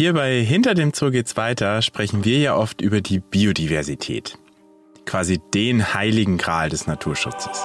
Hier bei Hinter dem Zoo geht's weiter sprechen wir ja oft über die Biodiversität. Quasi den heiligen Gral des Naturschutzes.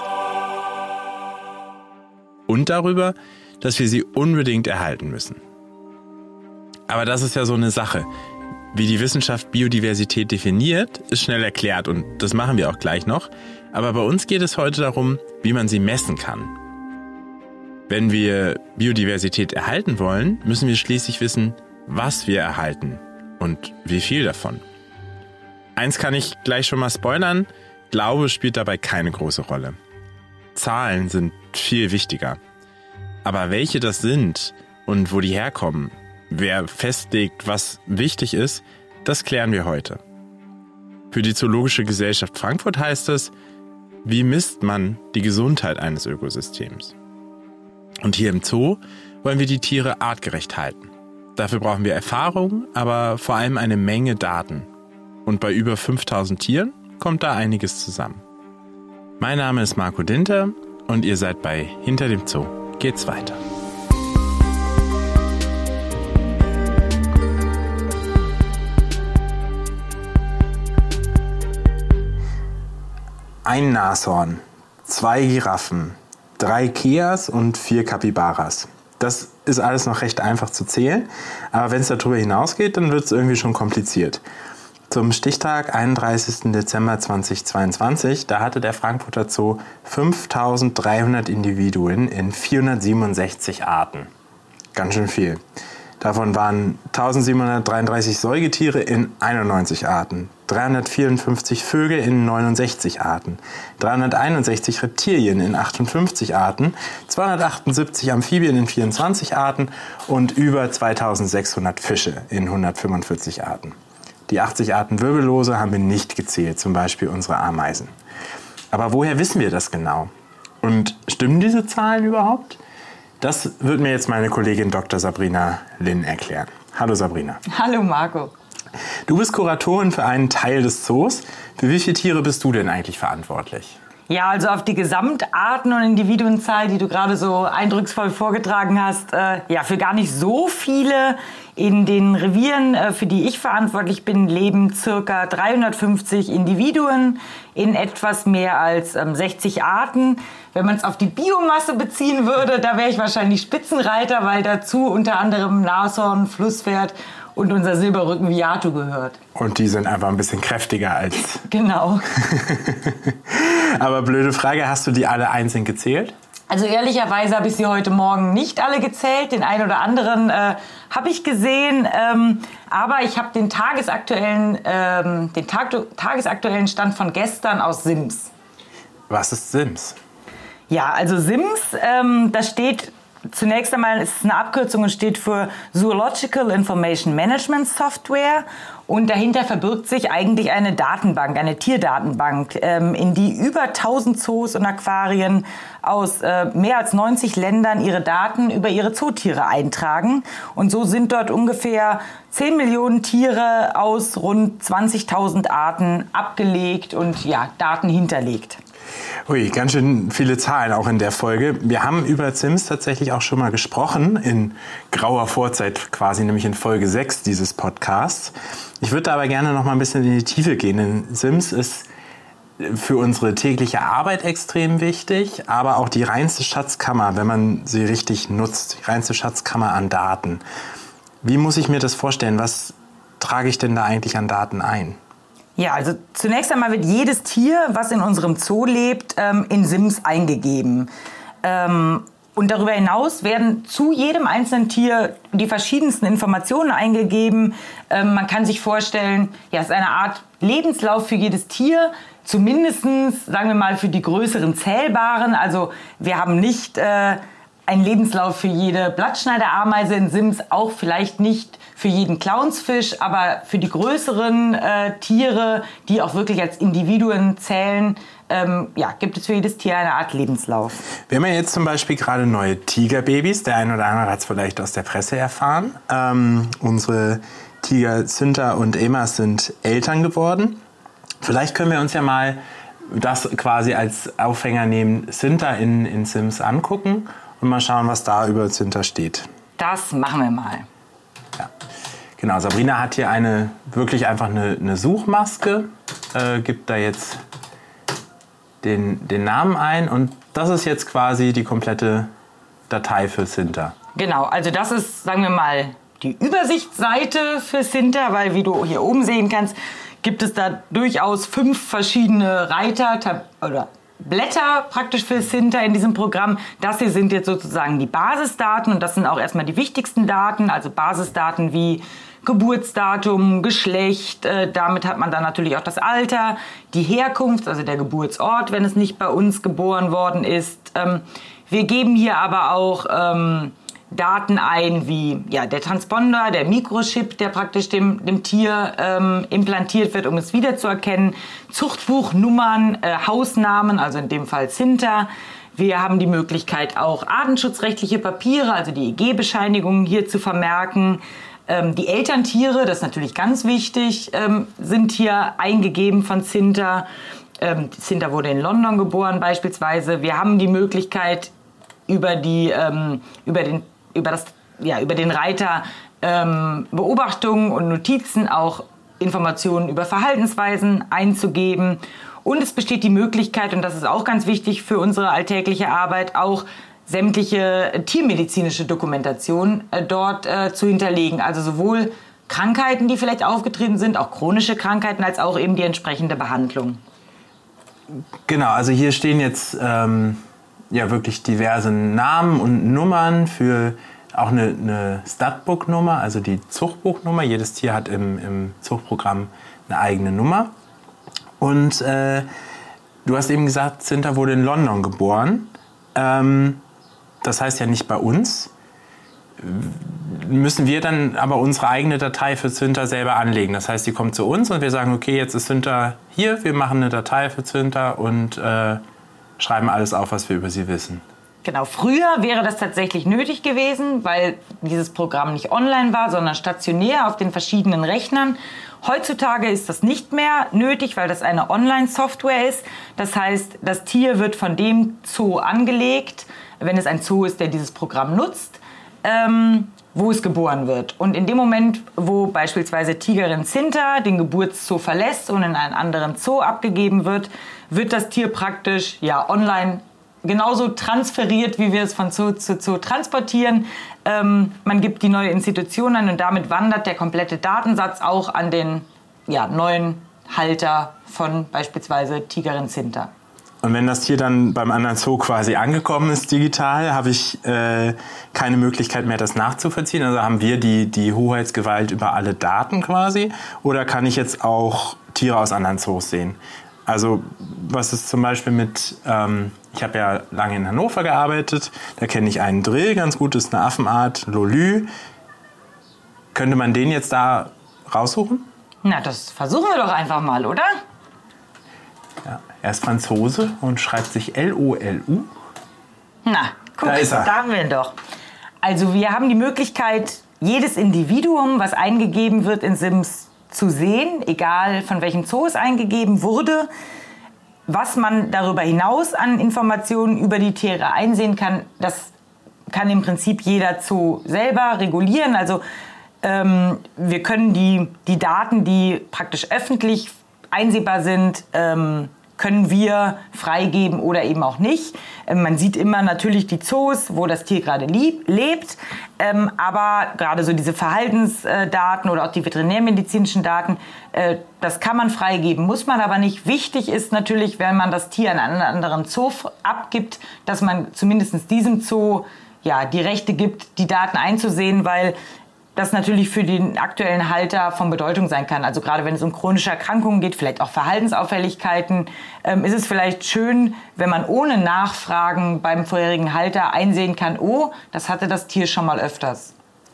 Und darüber, dass wir sie unbedingt erhalten müssen. Aber das ist ja so eine Sache. Wie die Wissenschaft Biodiversität definiert, ist schnell erklärt und das machen wir auch gleich noch. Aber bei uns geht es heute darum, wie man sie messen kann. Wenn wir Biodiversität erhalten wollen, müssen wir schließlich wissen, was wir erhalten und wie viel davon. Eins kann ich gleich schon mal spoilern, Glaube spielt dabei keine große Rolle. Zahlen sind viel wichtiger. Aber welche das sind und wo die herkommen, wer festlegt, was wichtig ist, das klären wir heute. Für die Zoologische Gesellschaft Frankfurt heißt es, wie misst man die Gesundheit eines Ökosystems? Und hier im Zoo wollen wir die Tiere artgerecht halten. Dafür brauchen wir Erfahrung, aber vor allem eine Menge Daten. Und bei über 5000 Tieren kommt da einiges zusammen. Mein Name ist Marco Dinter und ihr seid bei Hinter dem Zoo geht's weiter. Ein Nashorn, 2 Giraffen, 3 Keas und 4 Kapibaras. Das ist alles noch recht einfach zu zählen, aber wenn es darüber hinausgeht, dann wird es irgendwie schon kompliziert. Zum Stichtag 31. Dezember 2022, da hatte der Frankfurter Zoo 5.300 Individuen in 467 Arten. Ganz schön viel. Davon waren 1.733 Säugetiere in 91 Arten, 354 Vögel in 69 Arten, 361 Reptilien in 58 Arten, 278 Amphibien in 24 Arten und über 2.600 Fische in 145 Arten. Die 80 Arten Wirbellose haben wir nicht gezählt, zum Beispiel unsere Ameisen. Aber woher wissen wir das genau? Und stimmen diese Zahlen überhaupt? Das wird mir jetzt meine Kollegin Dr. Sabrina Linn erklären. Hallo Sabrina. Hallo Marco. Du bist Kuratorin für einen Teil des Zoos. Für wie viele Tiere bist du denn eigentlich verantwortlich? Ja, also auf die Gesamtarten- und Individuenzahl, die du gerade so eindrucksvoll vorgetragen hast, für gar nicht so viele. In den Revieren, für die ich verantwortlich bin, leben ca. 350 Individuen in etwas mehr als 60 Arten. Wenn man es auf die Biomasse beziehen würde, da wäre ich wahrscheinlich Spitzenreiter, weil dazu unter anderem Nashorn, Flusspferd und unser Silberrücken Viatu gehört. Und die sind einfach ein bisschen kräftiger als... Genau. Aber blöde Frage, hast du die alle einzeln gezählt? Also ehrlicherweise habe ich sie heute Morgen nicht alle gezählt. Den einen oder anderen habe ich gesehen. Aber ich habe den tagesaktuellen Stand von gestern aus SIMS. Was ist SIMS? Ja, also SIMS, das steht... Zunächst einmal ist es eine Abkürzung und steht für Zoological Information Management Software. Und dahinter verbirgt sich eigentlich eine Datenbank, eine Tierdatenbank, in die über 1000 Zoos und Aquarien aus mehr als 90 Ländern ihre Daten über ihre Zootiere eintragen. Und so sind dort ungefähr 10 Millionen Tiere aus rund 20.000 Arten abgelegt und Daten hinterlegt. Ui, ganz schön viele Zahlen auch in der Folge. Wir haben über SIMS tatsächlich auch schon mal gesprochen, in grauer Vorzeit quasi, nämlich in Folge 6 dieses Podcasts. Ich würde da aber gerne noch mal ein bisschen in die Tiefe gehen, denn SIMS ist für unsere tägliche Arbeit extrem wichtig, aber auch die reinste Schatzkammer, wenn man sie richtig nutzt, die reinste Schatzkammer an Daten. Wie muss ich mir das vorstellen? Was trage ich denn da eigentlich an Daten ein? Ja, also zunächst einmal wird jedes Tier, was in unserem Zoo lebt, in SIMS eingegeben. Und darüber hinaus werden zu jedem einzelnen Tier die verschiedensten Informationen eingegeben. Man kann sich vorstellen, es ist eine Art Lebenslauf für jedes Tier, zumindestens, sagen wir mal, für die größeren zählbaren. Also wir haben nicht einen Lebenslauf für jede Blattschneiderameise in SIMS, auch vielleicht nicht für jeden Clownsfisch, aber für die größeren Tiere, die auch wirklich als Individuen zählen, gibt es für jedes Tier eine Art Lebenslauf. Wir haben ja jetzt zum Beispiel gerade neue Tigerbabys. Der eine oder andere hat es vielleicht aus der Presse erfahren. Unsere Tiger Cynta und Emma sind Eltern geworden. Vielleicht können wir uns ja mal das quasi als Aufhänger nehmen, Cynta in SIMS angucken und mal schauen, was da über Cynta steht. Das machen wir mal. Ja. Genau, Sabrina hat hier wirklich einfach eine Suchmaske, gibt da jetzt den Namen ein und das ist jetzt quasi die komplette Datei für Cinta. Genau, also das ist, sagen wir mal, die Übersichtsseite für Cinta, weil wie du hier oben sehen kannst, gibt es da durchaus 5 verschiedene Reiter oder Blätter praktisch für Cinta in diesem Programm. Das hier sind jetzt sozusagen die Basisdaten und das sind auch erstmal die wichtigsten Daten, also Basisdaten wie Geburtsdatum, Geschlecht, damit hat man dann natürlich auch das Alter, die Herkunft, also der Geburtsort, wenn es nicht bei uns geboren worden ist. Wir geben hier aber auch Daten ein wie der Transponder, der Mikrochip, der praktisch dem Tier implantiert wird, um es wiederzuerkennen, Zuchtbuchnummern, Hausnamen, also in dem Fall Cinta. Wir haben die Möglichkeit auch artenschutzrechtliche Papiere, also die EG-Bescheinigungen hier zu vermerken. Die Elterntiere, das ist natürlich ganz wichtig, sind hier eingegeben von Cinta. Cinta wurde in London geboren beispielsweise. Wir haben die Möglichkeit über den Reiter Beobachtungen und Notizen auch Informationen über Verhaltensweisen einzugeben. Und es besteht die Möglichkeit, und das ist auch ganz wichtig für unsere alltägliche Arbeit, auch sämtliche tiermedizinische Dokumentation dort zu hinterlegen. Also sowohl Krankheiten, die vielleicht aufgetreten sind, auch chronische Krankheiten, als auch eben die entsprechende Behandlung. Genau, also hier stehen jetzt wirklich diverse Namen und Nummern für auch eine Statbook-Nummer, also die Zuchtbuchnummer. Jedes Tier hat im Zuchtprogramm eine eigene Nummer. Und du hast eben gesagt, Cinta wurde in London geboren. Das heißt ja nicht bei uns. Müssen wir dann aber unsere eigene Datei für Cinta selber anlegen. Das heißt, die kommt zu uns und wir sagen, okay, jetzt ist Cinta hier, wir machen eine Datei für Cinta und schreiben alles auf, was wir über sie wissen. Genau, früher wäre das tatsächlich nötig gewesen, weil dieses Programm nicht online war, sondern stationär auf den verschiedenen Rechnern. Heutzutage ist das nicht mehr nötig, weil das eine Online-Software ist. Das heißt, das Tier wird von dem Zoo angelegt, wenn es ein Zoo ist, der dieses Programm nutzt, wo es geboren wird. Und in dem Moment, wo beispielsweise Tigerin Cinta den Geburtszoo verlässt und in einen anderen Zoo abgegeben wird, wird das Tier praktisch online genauso transferiert, wie wir es von Zoo zu Zoo transportieren. Man gibt die neue Institution an und damit wandert der komplette Datensatz auch an den neuen Halter von beispielsweise Tigerin Cinta. Und wenn das Tier dann beim anderen Zoo quasi angekommen ist digital, habe ich keine Möglichkeit mehr, das nachzuvollziehen? Also haben wir die Hoheitsgewalt über alle Daten quasi? Oder kann ich jetzt auch Tiere aus anderen Zoos sehen? Also was ist zum Beispiel mit, ich habe ja lange in Hannover gearbeitet, da kenne ich einen Drill ganz gut, das ist eine Affenart, Lolü. Könnte man den jetzt da raussuchen? Na, das versuchen wir doch einfach mal, oder? Ja, er ist Franzose und schreibt sich L-O-L-U. Na, guck, da haben wir ihn doch. Also wir haben die Möglichkeit, jedes Individuum, was eingegeben wird in Sims, zu sehen, egal von welchem Zoo es eingegeben wurde. Was man darüber hinaus an Informationen über die Tiere einsehen kann, das kann im Prinzip jeder Zoo selber regulieren. Also wir können die Daten, die praktisch öffentlich einsehbar sind, können wir freigeben oder eben auch nicht. Man sieht immer natürlich die Zoos, wo das Tier gerade lebt, aber gerade so diese Verhaltensdaten oder auch die veterinärmedizinischen Daten, das kann man freigeben, muss man aber nicht. Wichtig ist natürlich, wenn man das Tier an einen anderen Zoo abgibt, dass man zumindest diesem Zoo die Rechte gibt, die Daten einzusehen, weil das natürlich für den aktuellen Halter von Bedeutung sein kann. Also gerade wenn es um chronische Erkrankungen geht, vielleicht auch Verhaltensauffälligkeiten, ist es vielleicht schön, wenn man ohne Nachfragen beim vorherigen Halter einsehen kann, oh, das hatte das Tier schon mal öfters.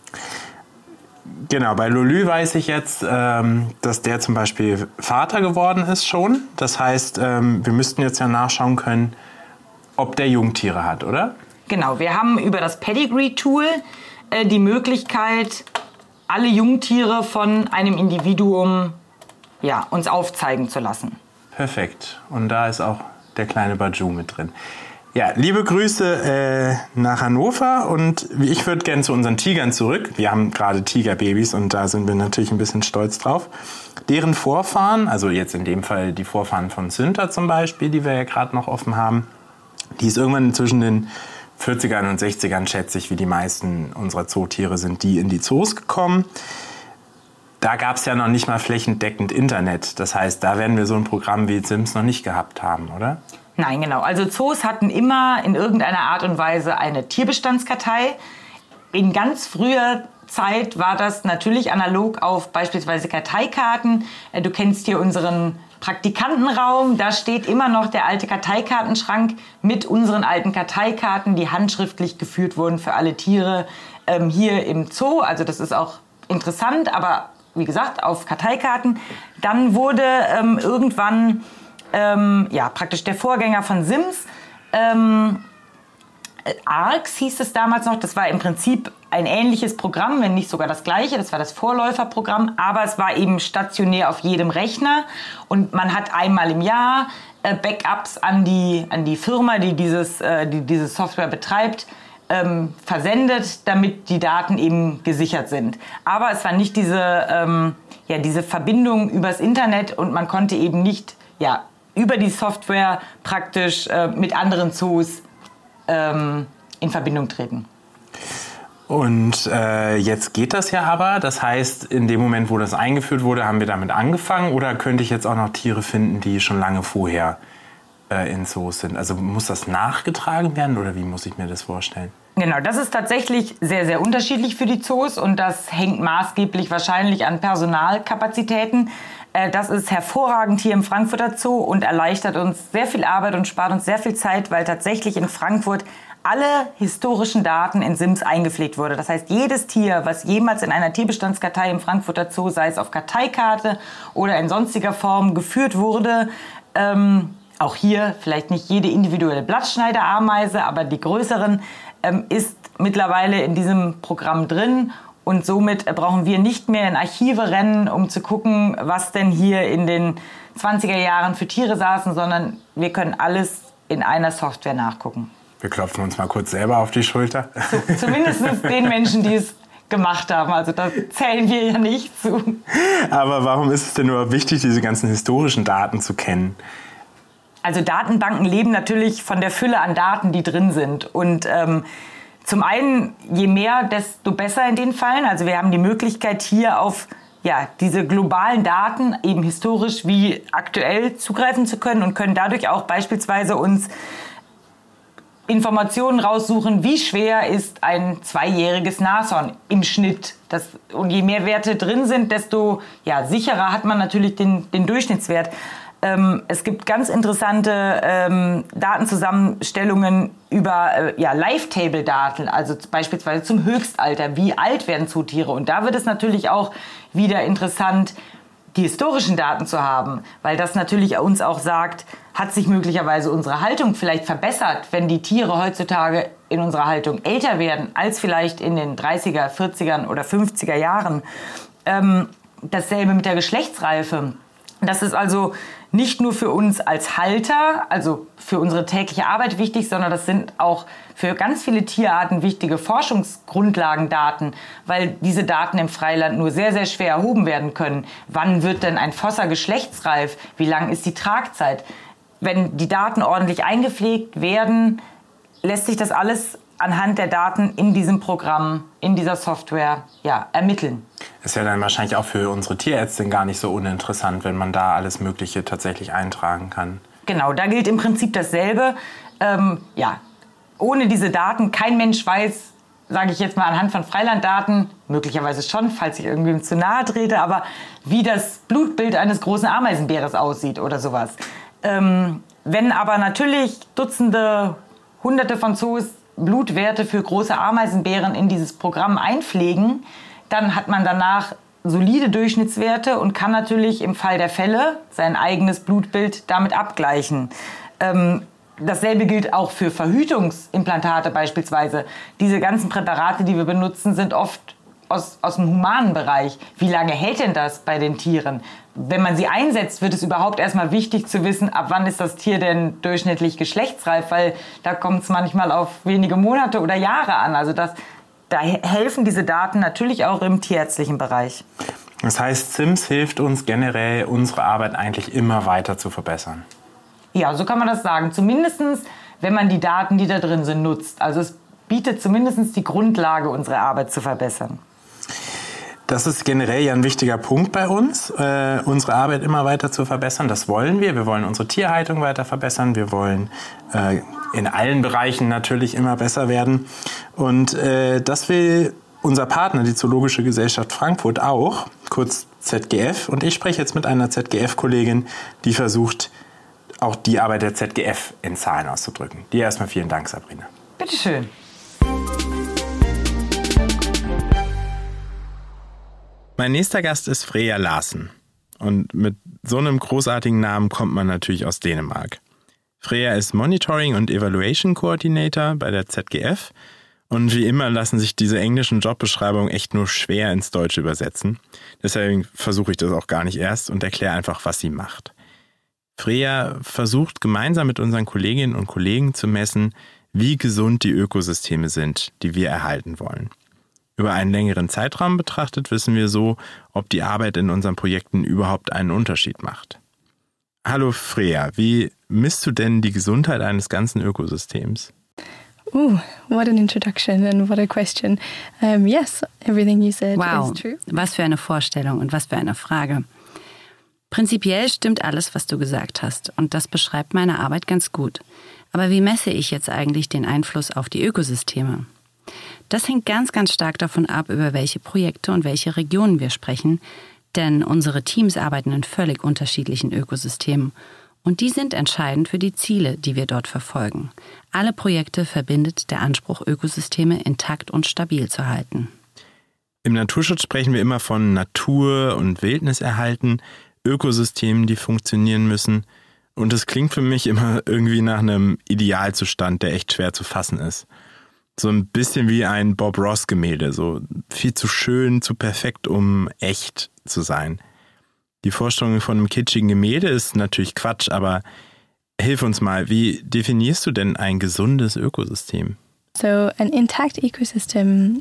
Genau, bei Lolü weiß ich jetzt, dass der zum Beispiel Vater geworden ist schon. Das heißt, wir müssten jetzt ja nachschauen können, ob der Jungtiere hat, oder? Genau, wir haben über das Pedigree-Tool die Möglichkeit, alle Jungtiere von einem Individuum uns aufzeigen zu lassen. Perfekt. Und da ist auch der kleine Baju mit drin. Ja, liebe Grüße nach Hannover und ich würde gerne zu unseren Tigern zurück. Wir haben gerade Tigerbabys und da sind wir natürlich ein bisschen stolz drauf. Deren Vorfahren, also jetzt in dem Fall die Vorfahren von Zündter zum Beispiel, die wir ja gerade noch offen haben, die ist irgendwann zwischen den 40ern und 60ern, schätze ich, wie die meisten unserer Zootiere sind, die in die Zoos gekommen. Da gab es ja noch nicht mal flächendeckend Internet. Das heißt, da werden wir so ein Programm wie Sims noch nicht gehabt haben, oder? Nein, genau. Also Zoos hatten immer in irgendeiner Art und Weise eine Tierbestandskartei. In ganz früher Zeit war das natürlich analog auf beispielsweise Karteikarten. Du kennst hier unseren Praktikantenraum. Da steht immer noch der alte Karteikartenschrank mit unseren alten Karteikarten, die handschriftlich geführt wurden für alle Tiere hier im Zoo. Also das ist auch interessant, aber wie gesagt, auf Karteikarten. Dann wurde irgendwann praktisch der Vorgänger von Sims, ARX hieß es damals noch, das war im Prinzip ein ähnliches Programm, wenn nicht sogar das gleiche, das war das Vorläuferprogramm, aber es war eben stationär auf jedem Rechner und man hat einmal im Jahr Backups an die Firma, die diese Software betreibt, versendet, damit die Daten eben gesichert sind. Aber es war nicht diese Verbindung übers Internet und man konnte eben nicht über die Software praktisch mit anderen Zoos in Verbindung treten. Und jetzt geht das ja aber. Das heißt, in dem Moment, wo das eingeführt wurde, haben wir damit angefangen. Oder könnte ich jetzt auch noch Tiere finden, die schon lange vorher in Zoos sind? Also muss das nachgetragen werden oder wie muss ich mir das vorstellen? Genau, das ist tatsächlich sehr, sehr unterschiedlich für die Zoos und das hängt maßgeblich wahrscheinlich an Personalkapazitäten. Das ist hervorragend hier im Frankfurter Zoo und erleichtert uns sehr viel Arbeit und spart uns sehr viel Zeit, weil tatsächlich in Frankfurt alle historischen Daten in Sims eingepflegt wurde. Das heißt, jedes Tier, was jemals in einer Tierbestandskartei im Frankfurter Zoo, sei es auf Karteikarte oder in sonstiger Form geführt wurde, auch hier vielleicht nicht jede individuelle Blattschneiderameise, aber die größeren, ist mittlerweile in diesem Programm drin. Und somit brauchen wir nicht mehr in Archive rennen, um zu gucken, was denn hier in den 20er Jahren für Tiere saßen, sondern wir können alles in einer Software nachgucken. Wir klopfen uns mal kurz selber auf die Schulter. Zumindest den Menschen, die es gemacht haben. Also da zählen wir ja nicht zu. Aber warum ist es denn nur wichtig, diese ganzen historischen Daten zu kennen? Also Datenbanken leben natürlich von der Fülle an Daten, die drin sind. Und zum einen, je mehr, desto besser in den Fällen. Also wir haben die Möglichkeit, hier auf diese globalen Daten eben historisch wie aktuell zugreifen zu können und können dadurch auch beispielsweise uns Informationen raussuchen, wie schwer ist ein 2-jähriges Nashorn im Schnitt. Und je mehr Werte drin sind, desto sicherer hat man natürlich den Durchschnittswert. Es gibt ganz interessante Datenzusammenstellungen über Live-Table-Daten, also beispielsweise zum Höchstalter, wie alt werden Zootiere. Und da wird es natürlich auch wieder interessant, die historischen Daten zu haben, weil das natürlich uns auch sagt, hat sich möglicherweise unsere Haltung vielleicht verbessert, wenn die Tiere heutzutage in unserer Haltung älter werden, als vielleicht in den 30er, 40er oder 50er Jahren. Dasselbe mit der Geschlechtsreife. Das ist also nicht nur für uns als Halter, also für unsere tägliche Arbeit wichtig, sondern das sind auch für ganz viele Tierarten wichtige Forschungsgrundlagendaten, weil diese Daten im Freiland nur sehr, sehr schwer erhoben werden können. Wann wird denn ein Fosser geschlechtsreif? Wie lang ist die Tragzeit? Wenn die Daten ordentlich eingepflegt werden, lässt sich das alles anhand der Daten in diesem Programm, in dieser Software ermitteln. Ist ja dann wahrscheinlich auch für unsere Tierärztin gar nicht so uninteressant, wenn man da alles Mögliche tatsächlich eintragen kann. Genau, da gilt im Prinzip dasselbe. Ohne diese Daten, kein Mensch weiß, sage ich jetzt mal anhand von Freilanddaten, möglicherweise schon, falls ich irgendwem zu nahe trete, aber wie das Blutbild eines großen Ameisenbäres aussieht oder sowas. Wenn aber natürlich Dutzende, Hunderte von Zoos Blutwerte für große Ameisenbären in dieses Programm einpflegen, dann hat man danach solide Durchschnittswerte und kann natürlich im Fall der Fälle sein eigenes Blutbild damit abgleichen. Dasselbe gilt auch für Verhütungsimplantate beispielsweise. Diese ganzen Präparate, die wir benutzen, sind oft aus dem humanen Bereich. Wie lange hält denn das bei den Tieren? Wenn man sie einsetzt, wird es überhaupt erstmal wichtig zu wissen, ab wann ist das Tier denn durchschnittlich geschlechtsreif, weil da kommt es manchmal auf wenige Monate oder Jahre an. Also da helfen diese Daten natürlich auch im tierärztlichen Bereich. Das heißt, SIMS hilft uns generell, unsere Arbeit eigentlich immer weiter zu verbessern. Ja, so kann man das sagen. Zumindest, wenn man die Daten, die da drin sind, nutzt. Also es bietet zumindest die Grundlage, unsere Arbeit zu verbessern. Das ist generell ja ein wichtiger Punkt bei uns, unsere Arbeit immer weiter zu verbessern. Das wollen wir. Wir wollen unsere Tierhaltung weiter verbessern. Wir wollen in allen Bereichen natürlich immer besser werden. Und das will unser Partner, die Zoologische Gesellschaft Frankfurt, auch, kurz ZGF. Und ich spreche jetzt mit einer ZGF-Kollegin, die versucht, auch die Arbeit der ZGF in Zahlen auszudrücken. Dir erstmal vielen Dank, Sabrina. Bitteschön. Mein nächster Gast ist Freya Larsen. Und mit so einem großartigen Namen kommt man natürlich aus Dänemark. Freya ist Monitoring- und Evaluation Coordinator bei der ZGF. Und wie immer lassen sich diese englischen Jobbeschreibungen echt nur schwer ins Deutsche übersetzen. Deswegen versuche ich das auch gar nicht erst und erkläre einfach, was sie macht. Freya versucht gemeinsam mit unseren Kolleginnen und Kollegen zu messen, wie gesund die Ökosysteme sind, die wir erhalten wollen. Über einen längeren Zeitraum betrachtet wissen wir so, ob die Arbeit in unseren Projekten überhaupt einen Unterschied macht. Hallo Freya, wie misst du denn die Gesundheit eines ganzen Ökosystems? What an introduction and what a question. Yes, everything you said is true. Was für eine Vorstellung und was für eine Frage. Prinzipiell stimmt alles, was du gesagt hast, und das beschreibt meine Arbeit ganz gut. Aber wie messe ich jetzt eigentlich den Einfluss auf die Ökosysteme? Das hängt ganz, ganz stark davon ab, über welche Projekte und welche Regionen wir sprechen, denn unsere Teams arbeiten in völlig unterschiedlichen Ökosystemen und die sind entscheidend für die Ziele, die wir dort verfolgen. Alle Projekte verbindet der Anspruch, Ökosysteme intakt und stabil zu halten. Im Naturschutz sprechen wir immer von Natur- und Wildniserhalten, Ökosystemen, die funktionieren müssen. Und das klingt für mich immer irgendwie nach einem Idealzustand, der echt schwer zu fassen ist. So ein bisschen wie ein Bob Ross-Gemälde, so viel zu schön, zu perfekt, um echt zu sein. Die Vorstellung von einem kitschigen Gemälde ist natürlich Quatsch, aber hilf uns mal, wie definierst du denn ein gesundes Ökosystem? So an intact ecosystem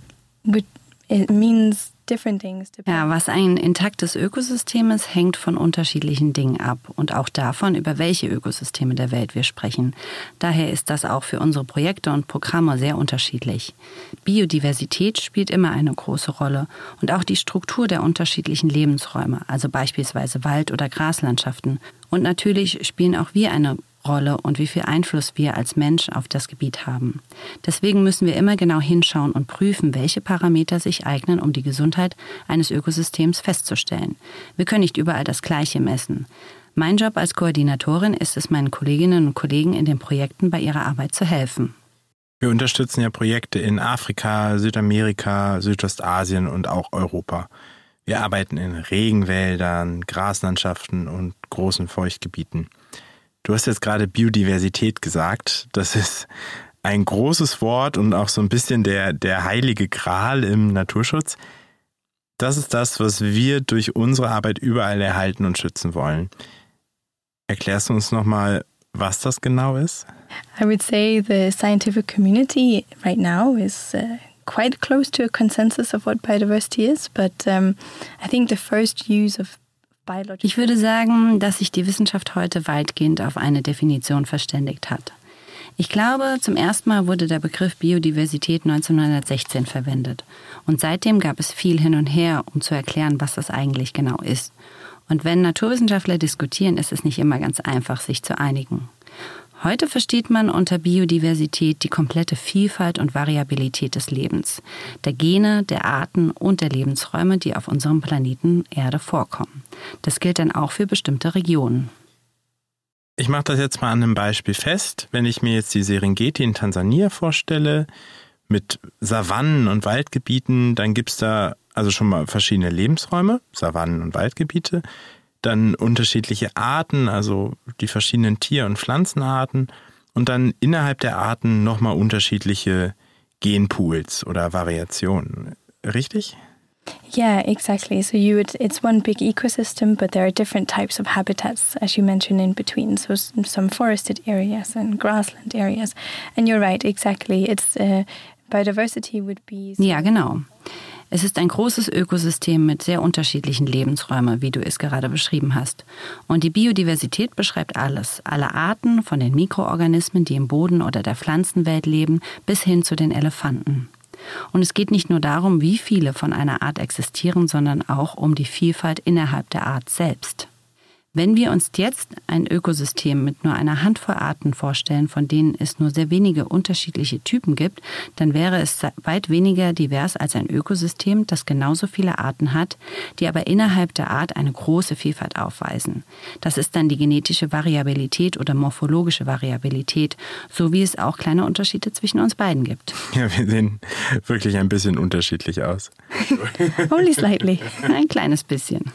it means different things. Ja, was ein intaktes Ökosystem ist, hängt von unterschiedlichen Dingen ab und auch davon, über welche Ökosysteme der Welt wir sprechen. Daher ist das auch für unsere Projekte und Programme sehr unterschiedlich. Biodiversität spielt immer eine große Rolle und auch die Struktur der unterschiedlichen Lebensräume, also beispielsweise Wald- oder Graslandschaften. Und natürlich spielen auch wir eine Rolle und wie viel Einfluss wir als Mensch auf das Gebiet haben. Deswegen müssen wir immer genau hinschauen und prüfen, welche Parameter sich eignen, um die Gesundheit eines Ökosystems festzustellen. Wir können nicht überall das Gleiche messen. Mein Job als Koordinatorin ist es, meinen Kolleginnen und Kollegen in den Projekten bei ihrer Arbeit zu helfen. Wir unterstützen ja Projekte in Afrika, Südamerika, Südostasien und auch Europa. Wir arbeiten in Regenwäldern, Graslandschaften und großen Feuchtgebieten. Du hast jetzt gerade Biodiversität gesagt. Das ist ein großes Wort und auch so ein bisschen der heilige Gral im Naturschutz. Das ist das, was wir durch unsere Arbeit überall erhalten und schützen wollen. Erklärst du uns nochmal, was das genau ist? I would say the scientific community right now is quite close to a consensus of what biodiversity is, but I think the first use of Ich würde sagen, dass sich die Wissenschaft heute weitgehend auf eine Definition verständigt hat. Ich glaube, zum ersten Mal wurde der Begriff Biodiversität 1916 verwendet. Und seitdem gab es viel hin und her, um zu erklären, was das eigentlich genau ist. Und wenn Naturwissenschaftler diskutieren, ist es nicht immer ganz einfach, sich zu einigen. Heute versteht man unter Biodiversität die komplette Vielfalt und Variabilität des Lebens, der Gene, der Arten und der Lebensräume, die auf unserem Planeten Erde vorkommen. Das gilt dann auch für bestimmte Regionen. Ich mache das jetzt mal an einem Beispiel fest. Wenn ich mir jetzt die Serengeti in Tansania vorstelle, mit Savannen und Waldgebieten, dann gibt es da also schon mal verschiedene Lebensräume, Savannen und Waldgebiete. Dann unterschiedliche Arten, also die verschiedenen Tier- und Pflanzenarten und dann innerhalb der Arten nochmal unterschiedliche Genpools oder Variationen. Richtig? Yeah, exactly. So it's one big ecosystem, but there are different types of habitats, as you mentioned, in between. So some forested areas and grassland areas. And you're right, exactly. It's biodiversity would be... Ja, genau. Es ist ein großes Ökosystem mit sehr unterschiedlichen Lebensräumen, wie du es gerade beschrieben hast. Und die Biodiversität beschreibt alles. Alle Arten, von den Mikroorganismen, die im Boden oder der Pflanzenwelt leben, bis hin zu den Elefanten. Und es geht nicht nur darum, wie viele von einer Art existieren, sondern auch um die Vielfalt innerhalb der Art selbst. Wenn wir uns jetzt ein Ökosystem mit nur einer Handvoll Arten vorstellen, von denen es nur sehr wenige unterschiedliche Typen gibt, dann wäre es weit weniger divers als ein Ökosystem, das genauso viele Arten hat, die aber innerhalb der Art eine große Vielfalt aufweisen. Das ist dann die genetische Variabilität oder morphologische Variabilität, so wie es auch kleine Unterschiede zwischen uns beiden gibt. Ja, wir sehen wirklich ein bisschen unterschiedlich aus. Only slightly. Ein kleines bisschen.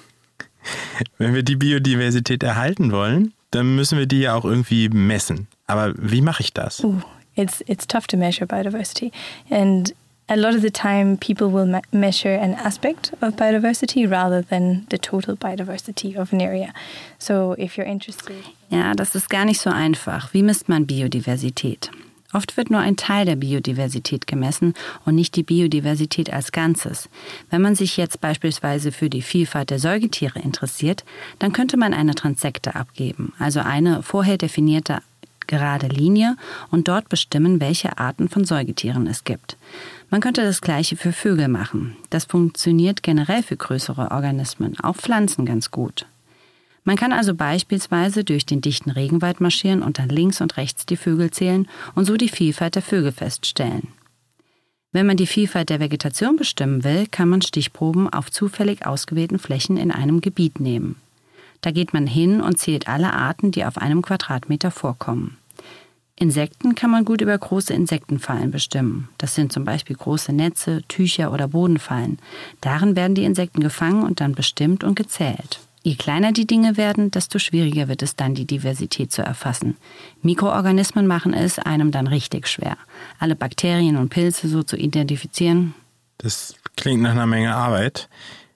Wenn wir die Biodiversität erhalten wollen, dann müssen wir die ja auch irgendwie messen. Aber wie mache ich das? It's tough to measure biodiversity. And a lot of the time people will measure an aspect of biodiversity rather than the total biodiversity of an area. So if you're interested... Ja, das ist gar nicht so einfach. Wie misst man Biodiversität? Oft wird nur ein Teil der Biodiversität gemessen und nicht die Biodiversität als Ganzes. Wenn man sich jetzt beispielsweise für die Vielfalt der Säugetiere interessiert, dann könnte man eine Transekte abgeben, also eine vorher definierte gerade Linie und dort bestimmen, welche Arten von Säugetieren es gibt. Man könnte das Gleiche für Vögel machen. Das funktioniert generell für größere Organismen, auch Pflanzen ganz gut. Man kann also beispielsweise durch den dichten Regenwald marschieren und dann links und rechts die Vögel zählen und so die Vielfalt der Vögel feststellen. Wenn man die Vielfalt der Vegetation bestimmen will, kann man Stichproben auf zufällig ausgewählten Flächen in einem Gebiet nehmen. Da geht man hin und zählt alle Arten, die auf einem Quadratmeter vorkommen. Insekten kann man gut über große Insektenfallen bestimmen. Das sind zum Beispiel große Netze, Tücher oder Bodenfallen. Darin werden die Insekten gefangen und dann bestimmt und gezählt. Je kleiner die Dinge werden, desto schwieriger wird es dann, die Diversität zu erfassen. Mikroorganismen machen es einem dann richtig schwer. Alle Bakterien und Pilze so zu identifizieren. Das klingt nach einer Menge Arbeit.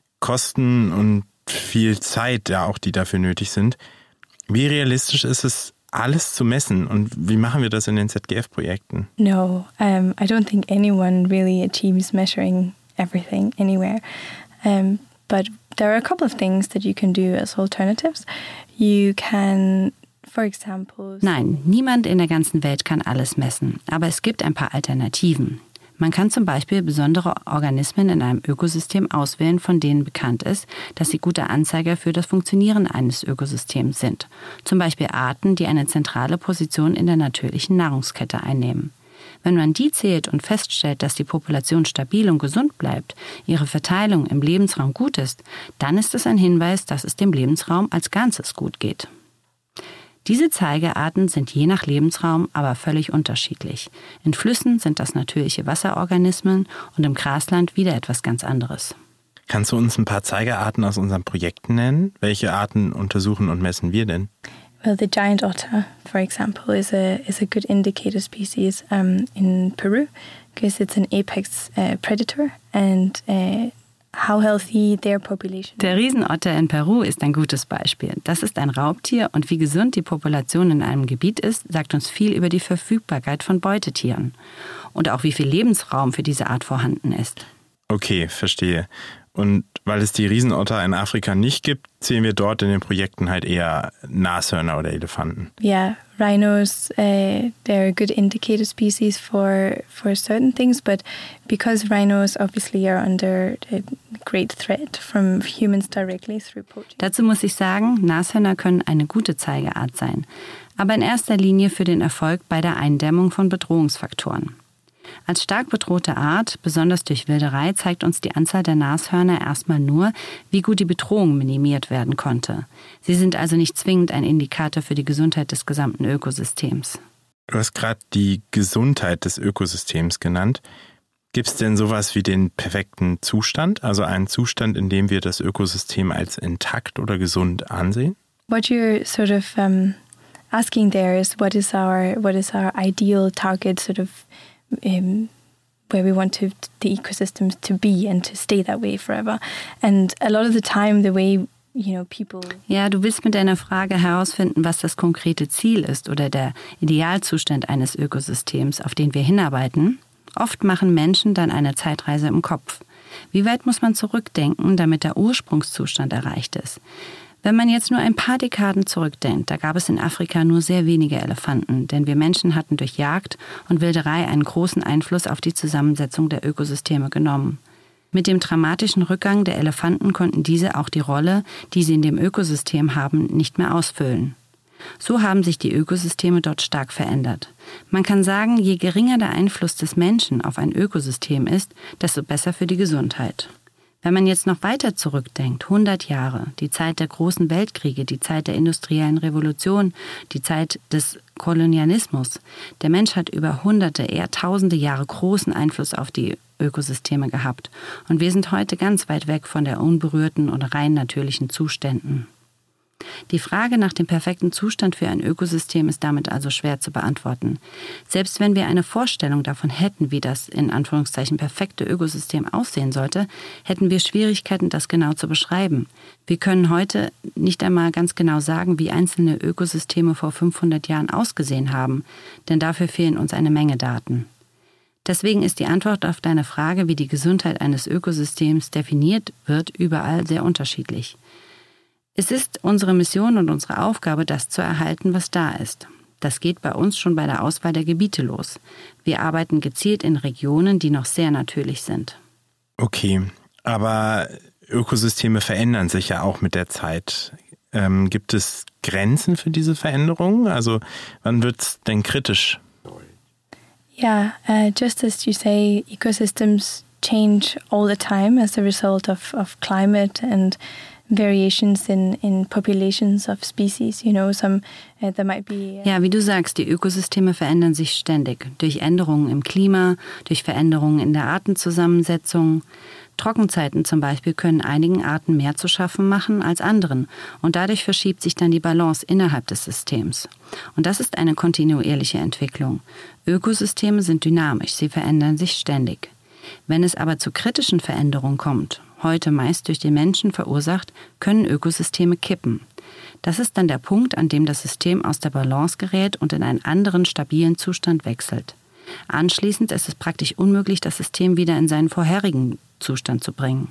Kosten und viel Zeit, ja auch, die dafür nötig sind. Wie realistisch ist es, alles zu messen? Und wie machen wir das in den ZGF-Projekten? No, I don't think anyone really achieves measuring everything anywhere. But there are a couple of things that you can do as alternatives. You can, for example... Nein, niemand in der ganzen Welt kann alles messen. Aber es gibt ein paar Alternativen. Man kann zum Beispiel besondere Organismen in einem Ökosystem auswählen, von denen bekannt ist, dass sie gute Anzeiger für das Funktionieren eines Ökosystems sind. Zum Beispiel Arten, die eine zentrale Position in der natürlichen Nahrungskette einnehmen. Wenn man die zählt und feststellt, dass die Population stabil und gesund bleibt, ihre Verteilung im Lebensraum gut ist, dann ist es ein Hinweis, dass es dem Lebensraum als Ganzes gut geht. Diese Zeigerarten sind je nach Lebensraum aber völlig unterschiedlich. In Flüssen sind das natürliche Wasserorganismen und im Grasland wieder etwas ganz anderes. Kannst du uns ein paar Zeigerarten aus unseren Projekten nennen? Welche Arten untersuchen und messen wir denn? Well, the giant otter, for example, is a good indicator species in Peru because it's an apex predator and how healthy their population. Der Riesenotter in Peru ist ein gutes Beispiel. Das ist ein Raubtier und wie gesund die Population in einem Gebiet ist, sagt uns viel über die Verfügbarkeit von Beutetieren und auch wie viel Lebensraum für diese Art vorhanden ist. Okay, verstehe. Und weil es die Riesenotter in Afrika nicht gibt, sehen wir dort in den Projekten halt eher Nashörner oder Elefanten. Yeah, rhinos, they're a good indicator species for certain things, but because rhinos obviously are under a great threat from humans directly through poaching. Dazu muss ich sagen, Nashörner können eine gute Zeigerart sein, aber in erster Linie für den Erfolg bei der Eindämmung von Bedrohungsfaktoren. Als stark bedrohte Art, besonders durch Wilderei, zeigt uns die Anzahl der Nashörner erstmal nur, wie gut die Bedrohung minimiert werden konnte. Sie sind also nicht zwingend ein Indikator für die Gesundheit des gesamten Ökosystems. Du hast gerade die Gesundheit des Ökosystems genannt. Gibt es denn sowas wie den perfekten Zustand, also einen Zustand, in dem wir das Ökosystem als intakt oder gesund ansehen? What you're sort of asking there is what is our ideal target sort of where we want the ecosystems to be and to stay that way forever. And a lot of the time, the way people. Ja, du willst mit deiner Frage herausfinden, was das konkrete Ziel ist oder der Idealzustand eines Ökosystems, auf den wir hinarbeiten. Oft machen Menschen dann eine Zeitreise im Kopf. Wie weit muss man zurückdenken, damit der Ursprungszustand erreicht ist? Wenn man jetzt nur ein paar Dekaden zurückdenkt, da gab es in Afrika nur sehr wenige Elefanten, denn wir Menschen hatten durch Jagd und Wilderei einen großen Einfluss auf die Zusammensetzung der Ökosysteme genommen. Mit dem dramatischen Rückgang der Elefanten konnten diese auch die Rolle, die sie in dem Ökosystem haben, nicht mehr ausfüllen. So haben sich die Ökosysteme dort stark verändert. Man kann sagen, je geringer der Einfluss des Menschen auf ein Ökosystem ist, desto besser für die Gesundheit. Wenn man jetzt noch weiter zurückdenkt, 100 Jahre, die Zeit der großen Weltkriege, die Zeit der industriellen Revolution, die Zeit des Kolonialismus, der Mensch hat über hunderte, eher tausende Jahre großen Einfluss auf die Ökosysteme gehabt. Und wir sind heute ganz weit weg von der unberührten oder rein natürlichen Zuständen. Die Frage nach dem perfekten Zustand für ein Ökosystem ist damit also schwer zu beantworten. Selbst wenn wir eine Vorstellung davon hätten, wie das in Anführungszeichen perfekte Ökosystem aussehen sollte, hätten wir Schwierigkeiten, das genau zu beschreiben. Wir können heute nicht einmal ganz genau sagen, wie einzelne Ökosysteme vor 500 Jahren ausgesehen haben, denn dafür fehlen uns eine Menge Daten. Deswegen ist die Antwort auf deine Frage, wie die Gesundheit eines Ökosystems definiert wird, überall sehr unterschiedlich. Es ist unsere Mission und unsere Aufgabe, das zu erhalten, was da ist. Das geht bei uns schon bei der Auswahl der Gebiete los. Wir arbeiten gezielt in Regionen, die noch sehr natürlich sind. Okay, aber Ökosysteme verändern sich ja auch mit der Zeit. Gibt es Grenzen für diese Veränderungen? Also wann wird es denn kritisch? Yeah, just as you say, ecosystems change all the time as a result of climate and variations in populations of species. There might be. Ja, wie du sagst, die Ökosysteme verändern sich ständig durch Änderungen im Klima, durch Veränderungen in der Artenzusammensetzung. Trockenzeiten zum Beispiel können einigen Arten mehr zu schaffen machen als anderen und dadurch verschiebt sich dann die Balance innerhalb des Systems. Und das ist eine kontinuierliche Entwicklung. Ökosysteme sind dynamisch, sie verändern sich ständig. Wenn es aber zu kritischen Veränderungen kommt, heute meist durch den Menschen verursacht, können Ökosysteme kippen. Das ist dann der Punkt, an dem das System aus der Balance gerät und in einen anderen stabilen Zustand wechselt. Anschließend ist es praktisch unmöglich, das System wieder in seinen vorherigen Zustand zu bringen.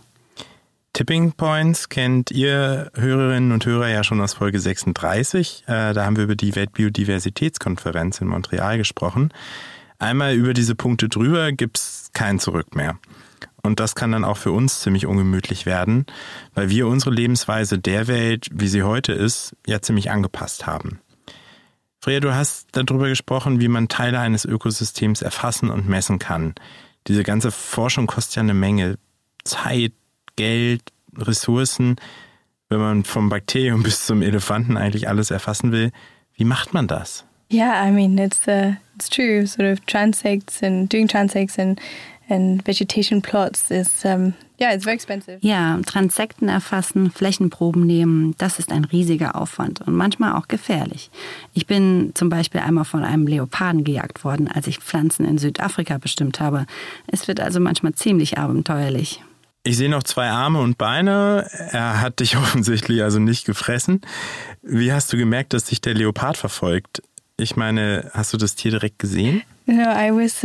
Tipping Points kennt ihr Hörerinnen und Hörer ja schon aus Folge 36. Da haben wir über die Weltbiodiversitätskonferenz in Montreal gesprochen. Einmal über diese Punkte drüber gibt's kein Zurück mehr. Und das kann dann auch für uns ziemlich ungemütlich werden, weil wir unsere Lebensweise der Welt, wie sie heute ist, ja ziemlich angepasst haben. Freya, du hast darüber gesprochen, wie man Teile eines Ökosystems erfassen und messen kann. Diese ganze Forschung kostet ja eine Menge Zeit, Geld, Ressourcen. Wenn man vom Bakterium bis zum Elefanten eigentlich alles erfassen will, wie macht man das? Yeah, I mean, it's true. Sort of transects and doing transects and vegetation plots is, it's very expensive. Ja, Transekten erfassen, Flächenproben nehmen, das ist ein riesiger Aufwand und manchmal auch gefährlich. Ich bin zum Beispiel einmal von einem Leoparden gejagt worden, als ich Pflanzen in Südafrika bestimmt habe. Es wird also manchmal ziemlich abenteuerlich. Ich sehe noch 2 Arme und Beine. Er hat dich offensichtlich also nicht gefressen. Wie hast du gemerkt, dass dich der Leopard verfolgt? Ich meine, hast du das Tier direkt gesehen? No, I was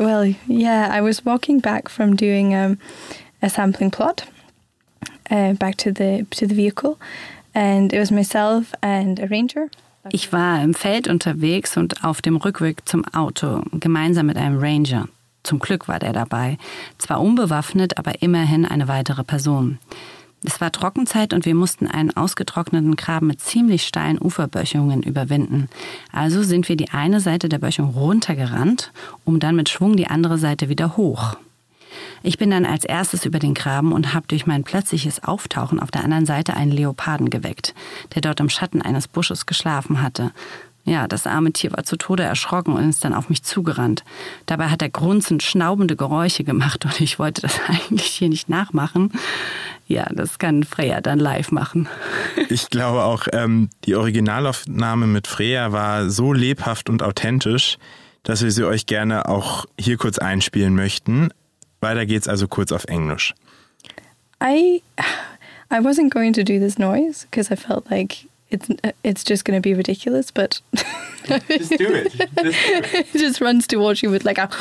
I was walking back from doing a sampling plot back to the vehicle, and it was myself and a ranger. Ich war im Feld unterwegs und auf dem Rückweg zum Auto, gemeinsam mit einem Ranger. Zum Glück war der dabei. Zwar unbewaffnet, aber immerhin eine weitere Person. Es war Trockenzeit und wir mussten einen ausgetrockneten Graben mit ziemlich steilen Uferböchungen überwinden. Also sind wir die eine Seite der Böchung runtergerannt, um dann mit Schwung die andere Seite wieder hoch. Ich bin dann als erstes über den Graben und habe durch mein plötzliches Auftauchen auf der anderen Seite einen Leoparden geweckt, der dort im Schatten eines Busches geschlafen hatte. Ja, das arme Tier war zu Tode erschrocken und ist dann auf mich zugerannt. Dabei hat er grunzend schnaubende Geräusche gemacht und ich wollte das eigentlich hier nicht nachmachen. Ja, das kann Freya dann live machen. Ich glaube auch, die Originalaufnahme mit Freya war so lebhaft und authentisch, dass wir sie euch gerne auch hier kurz einspielen möchten. Weiter geht's also kurz auf Englisch. I wasn't going to do this noise because I felt like it's just going to be ridiculous, but Just do it. it just runs towards you with like a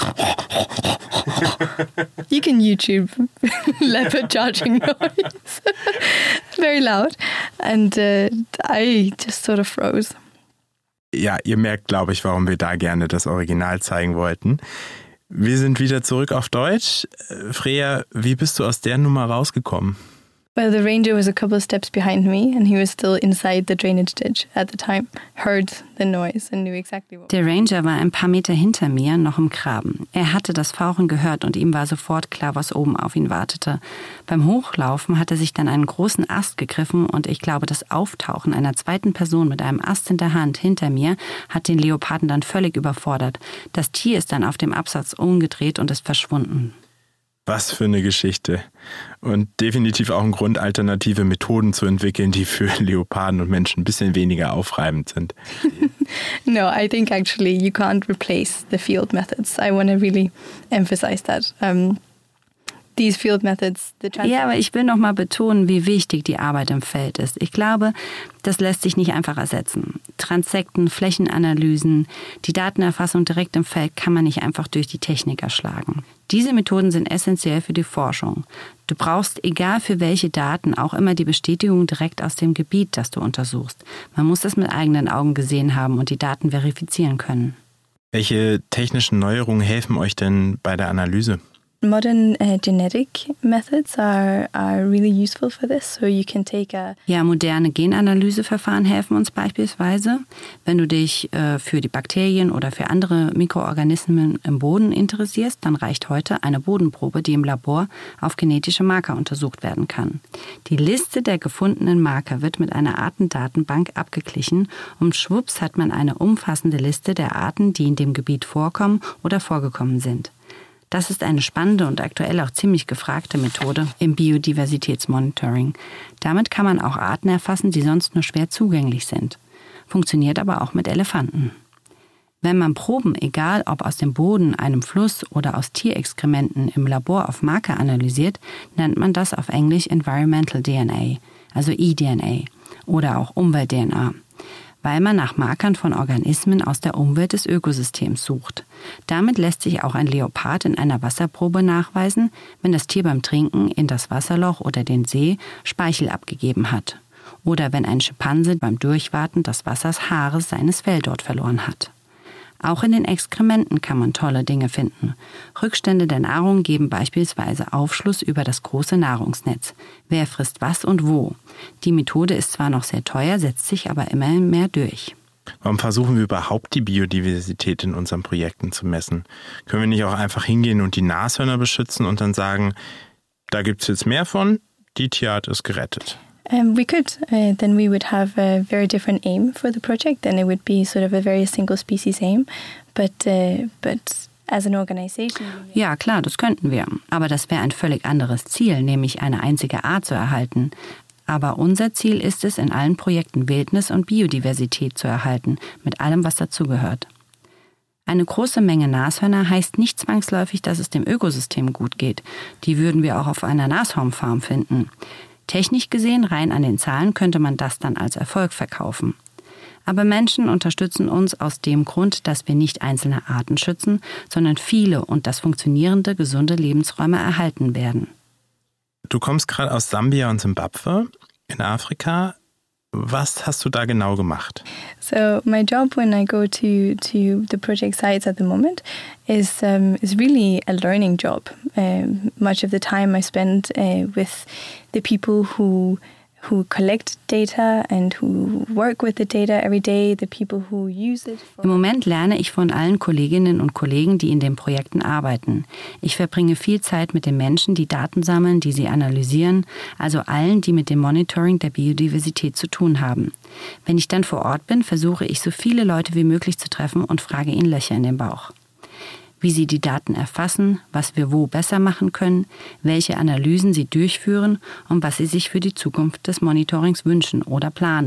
you can YouTube leopard charging noise. Very loud. And I just sort of froze. Ja, ihr merkt, glaube ich, warum wir da gerne das Original zeigen wollten. Wir sind wieder zurück auf Deutsch. Freya, wie bist du aus der Nummer rausgekommen? Well, the ranger was a couple of steps behind me and he was still inside the drainage ditch at the time, heard the noise and knew exactly what. Der Ranger war ein paar Meter hinter mir, noch im Graben. Er hatte das Fauchen gehört und ihm war sofort klar, was oben auf ihn wartete. Beim Hochlaufen hat er sich dann einen großen Ast gegriffen und ich glaube, das Auftauchen einer zweiten Person mit einem Ast in der Hand hinter mir hat den Leoparden dann völlig überfordert. Das Tier ist dann auf dem Absatz umgedreht und ist verschwunden. Was für eine Geschichte. Und definitiv auch ein Grund, alternative Methoden zu entwickeln, die für Leoparden und Menschen ein bisschen weniger aufreibend sind. No, I think actually you can't replace the field methods. I want to really emphasize that. These field methods, ja, aber ich will noch mal betonen, wie wichtig die Arbeit im Feld ist. Ich glaube, das lässt sich nicht einfach ersetzen. Transsekten, Flächenanalysen, die Datenerfassung direkt im Feld kann man nicht einfach durch die Technik erschlagen. Diese Methoden sind essentiell für die Forschung. Du brauchst, egal für welche Daten, auch immer die Bestätigung direkt aus dem Gebiet, das du untersuchst. Man muss das mit eigenen Augen gesehen haben und die Daten verifizieren können. Welche technischen Neuerungen helfen euch denn bei der Analyse? Modern genetic methods are really useful for this. So you can take Ja, moderne Genanalyseverfahren helfen uns beispielsweise. Wenn du dich für die Bakterien oder für andere Mikroorganismen im Boden interessierst, dann reicht heute eine Bodenprobe, die im Labor auf genetische Marker untersucht werden kann. Die Liste der gefundenen Marker wird mit einer Artendatenbank abgeglichen und schwupps hat man eine umfassende Liste der Arten, die in dem Gebiet vorkommen oder vorgekommen sind. Das ist eine spannende und aktuell auch ziemlich gefragte Methode im Biodiversitätsmonitoring. Damit kann man auch Arten erfassen, die sonst nur schwer zugänglich sind. Funktioniert aber auch mit Elefanten. Wenn man Proben, egal ob aus dem Boden, einem Fluss oder aus Tierexkrementen im Labor auf Marker analysiert, nennt man das auf Englisch Environmental DNA, also eDNA oder auch Umwelt-DNA, weil man nach Markern von Organismen aus der Umwelt des Ökosystems sucht. Damit lässt sich auch ein Leopard in einer Wasserprobe nachweisen, wenn das Tier beim Trinken in das Wasserloch oder den See Speichel abgegeben hat. Oder wenn ein Schimpanse beim Durchwaten des Wassers Haare seines Fell dort verloren hat. Auch in den Exkrementen kann man tolle Dinge finden. Rückstände der Nahrung geben beispielsweise Aufschluss über das große Nahrungsnetz. Wer frisst was und wo? Die Methode ist zwar noch sehr teuer, setzt sich aber immer mehr durch. Warum versuchen wir überhaupt die Biodiversität in unseren Projekten zu messen? Können wir nicht auch einfach hingehen und die Nashörner beschützen und dann sagen, da gibt's jetzt mehr von, die Tierart ist gerettet? We could, then we would have a very different aim for the project. Then it would be sort of a very single species aim. But as an organization... Ja, klar, das könnten wir. Aber das wäre ein völlig anderes Ziel, nämlich eine einzige Art zu erhalten. Aber unser Ziel ist es, in allen Projekten Wildnis und Biodiversität zu erhalten, mit allem, was dazugehört. Eine große Menge Nashörner heißt nicht zwangsläufig, dass es dem Ökosystem gut geht. Die würden wir auch auf einer Nashornfarm finden. Technisch gesehen, rein an den Zahlen, könnte man das dann als Erfolg verkaufen. Aber Menschen unterstützen uns aus dem Grund, dass wir nicht einzelne Arten schützen, sondern viele und dass funktionierende, gesunde Lebensräume erhalten werden. Du kommst gerade aus Sambia und Simbabwe in Afrika. Was hast du da genau gemacht? So my job when I go to the project sites at the moment is really a learning job. Much of the time I spend with the people who collect data and who work with the data every day, the people who use it. Im Moment lerne ich von allen Kolleginnen und Kollegen, die in den Projekten arbeiten. Ich verbringe viel Zeit mit den Menschen, die Daten sammeln, die sie analysieren, also allen, die mit dem Monitoring der Biodiversität zu tun haben. Wenn ich dann vor Ort bin, versuche ich so viele Leute wie möglich zu treffen und frage ihnen Löcher in den Bauch. Wie sie die Daten erfassen, was wir wo besser machen können, welche Analysen sie durchführen und was sie sich für die Zukunft des Monitorings wünschen oder planen.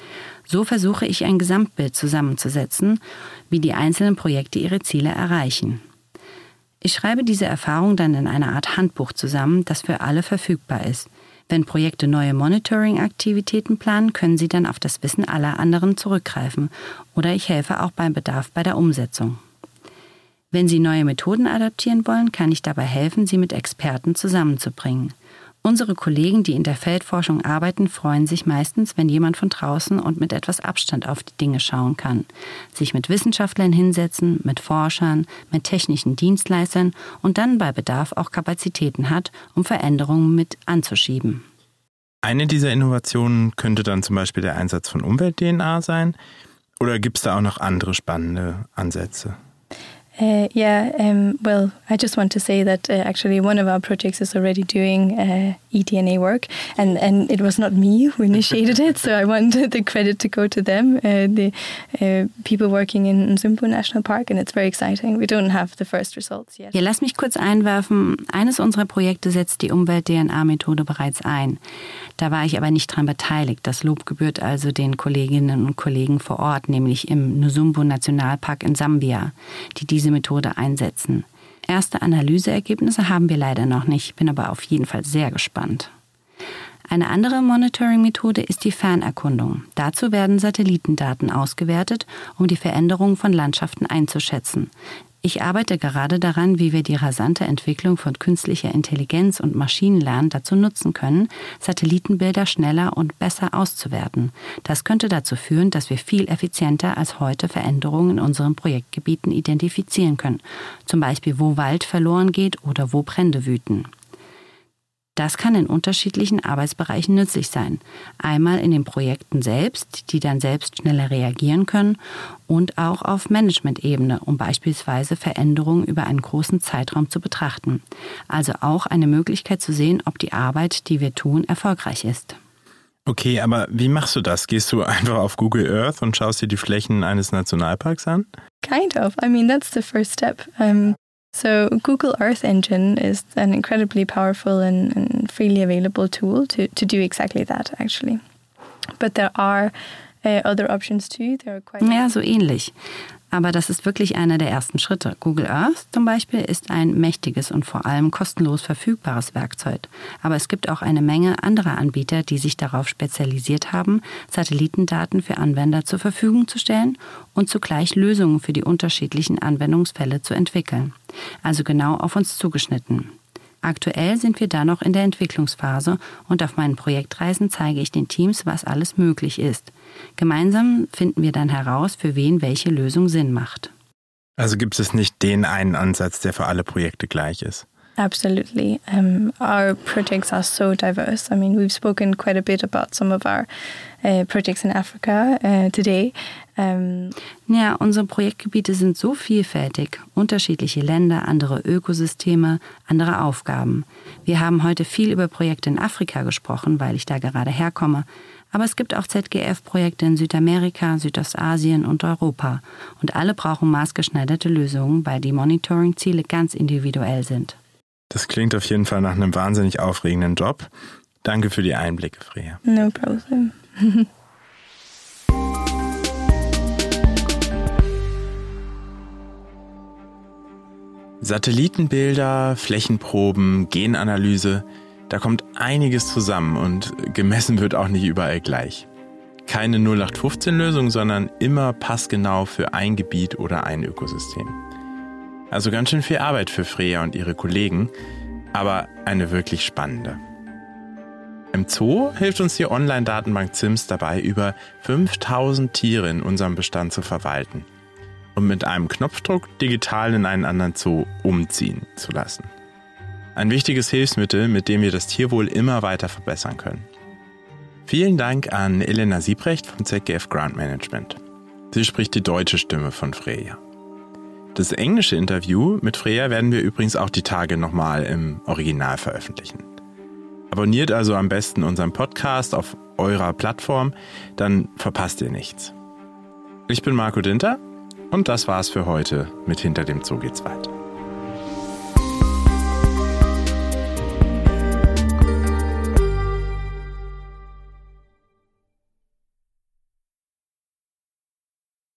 So versuche ich ein Gesamtbild zusammenzusetzen, wie die einzelnen Projekte ihre Ziele erreichen. Ich schreibe diese Erfahrung dann in eine Art Handbuch zusammen, das für alle verfügbar ist. Wenn Projekte neue Monitoring-Aktivitäten planen, können sie dann auf das Wissen aller anderen zurückgreifen oder ich helfe auch beim Bedarf bei der Umsetzung. Wenn Sie neue Methoden adaptieren wollen, kann ich dabei helfen, sie mit Experten zusammenzubringen. Unsere Kollegen, die in der Feldforschung arbeiten, freuen sich meistens, wenn jemand von draußen und mit etwas Abstand auf die Dinge schauen kann, sich mit Wissenschaftlern hinsetzen, mit Forschern, mit technischen Dienstleistern und dann bei Bedarf auch Kapazitäten hat, um Veränderungen mit anzuschieben. Eine dieser Innovationen könnte dann zum Beispiel der Einsatz von Umwelt-DNA sein, oder gibt es da auch noch andere spannende Ansätze? Well, I just want to say that actually one of our projects is already doing eDNA work, and it was not me who initiated it, so I want the credit to go to them, the people working in Zimpu National Park, and it's very exciting. We don't have the first results yet. Ja, lass mich kurz einwerfen. Eines unserer Projekte setzt die Umwelt-DNA-Methode bereits ein. Da war ich aber nicht dran beteiligt. Das Lob gebührt also den Kolleginnen und Kollegen vor Ort, nämlich im Nsumbu Nationalpark in Sambia, die diese Methode einsetzen. Erste Analyseergebnisse haben wir leider noch nicht, bin aber auf jeden Fall sehr gespannt. Eine andere Monitoring-Methode ist die Fernerkundung. Dazu werden Satellitendaten ausgewertet, um die Veränderungen von Landschaften einzuschätzen. Ich arbeite gerade daran, wie wir die rasante Entwicklung von künstlicher Intelligenz und Maschinenlernen dazu nutzen können, Satellitenbilder schneller und besser auszuwerten. Das könnte dazu führen, dass wir viel effizienter als heute Veränderungen in unseren Projektgebieten identifizieren können. Zum Beispiel, wo Wald verloren geht oder wo Brände wüten. Das kann in unterschiedlichen Arbeitsbereichen nützlich sein. Einmal in den Projekten selbst, die dann selbst schneller reagieren können, und auch auf Management-Ebene, um beispielsweise Veränderungen über einen großen Zeitraum zu betrachten. Also auch eine Möglichkeit zu sehen, ob die Arbeit, die wir tun, erfolgreich ist. Okay, aber wie machst du das? Gehst du einfach auf Google Earth und schaust dir die Flächen eines Nationalparks an? Kind of. I mean, that's the first step. So Google Earth Engine is an incredibly powerful and freely available tool to do exactly that, actually. But there are other options too. Ja, so ähnlich. Aber das ist wirklich einer der ersten Schritte. Google Earth zum Beispiel ist ein mächtiges und vor allem kostenlos verfügbares Werkzeug. Aber es gibt auch eine Menge anderer Anbieter, die sich darauf spezialisiert haben, Satellitendaten für Anwender zur Verfügung zu stellen und zugleich Lösungen für die unterschiedlichen Anwendungsfälle zu entwickeln. Also genau auf uns zugeschnitten. Aktuell sind wir da noch in der Entwicklungsphase und auf meinen Projektreisen zeige ich den Teams, was alles möglich ist. Gemeinsam finden wir dann heraus, für wen welche Lösung Sinn macht. Also gibt es nicht den einen Ansatz, der für alle Projekte gleich ist? Absolutely. Our projects are so diverse. I mean, we've spoken quite a bit about some of our projects in Africa today. Ja, unsere Projektgebiete sind so vielfältig. Unterschiedliche Länder, andere Ökosysteme, andere Aufgaben. Wir haben heute viel über Projekte in Afrika gesprochen, weil ich da gerade herkomme. Aber es gibt auch ZGF-Projekte in Südamerika, Südostasien und Europa. Und alle brauchen maßgeschneiderte Lösungen, weil die Monitoring-Ziele ganz individuell sind. Das klingt auf jeden Fall nach einem wahnsinnig aufregenden Job. Danke für die Einblicke, Freya. No problem. Satellitenbilder, Flächenproben, Genanalyse, da kommt einiges zusammen und gemessen wird auch nicht überall gleich. Keine 0815-Lösung, sondern immer passgenau für ein Gebiet oder ein Ökosystem. Also ganz schön viel Arbeit für Freya und ihre Kollegen, aber eine wirklich spannende. Im Zoo hilft uns die Online-Datenbank ZIMS dabei, über 5000 Tiere in unserem Bestand zu verwalten und mit einem Knopfdruck digital in einen anderen Zoo umziehen zu lassen. Ein wichtiges Hilfsmittel, mit dem wir das Tierwohl immer weiter verbessern können. Vielen Dank an Elena Siebrecht vom ZGF Grant Management. Sie spricht die deutsche Stimme von Freya. Das englische Interview mit Freya werden wir übrigens auch die Tage nochmal im Original veröffentlichen. Abonniert also am besten unseren Podcast auf eurer Plattform, dann verpasst ihr nichts. Ich bin Marco Dinter und das war's für heute mit Hinter dem Zoo geht's weiter.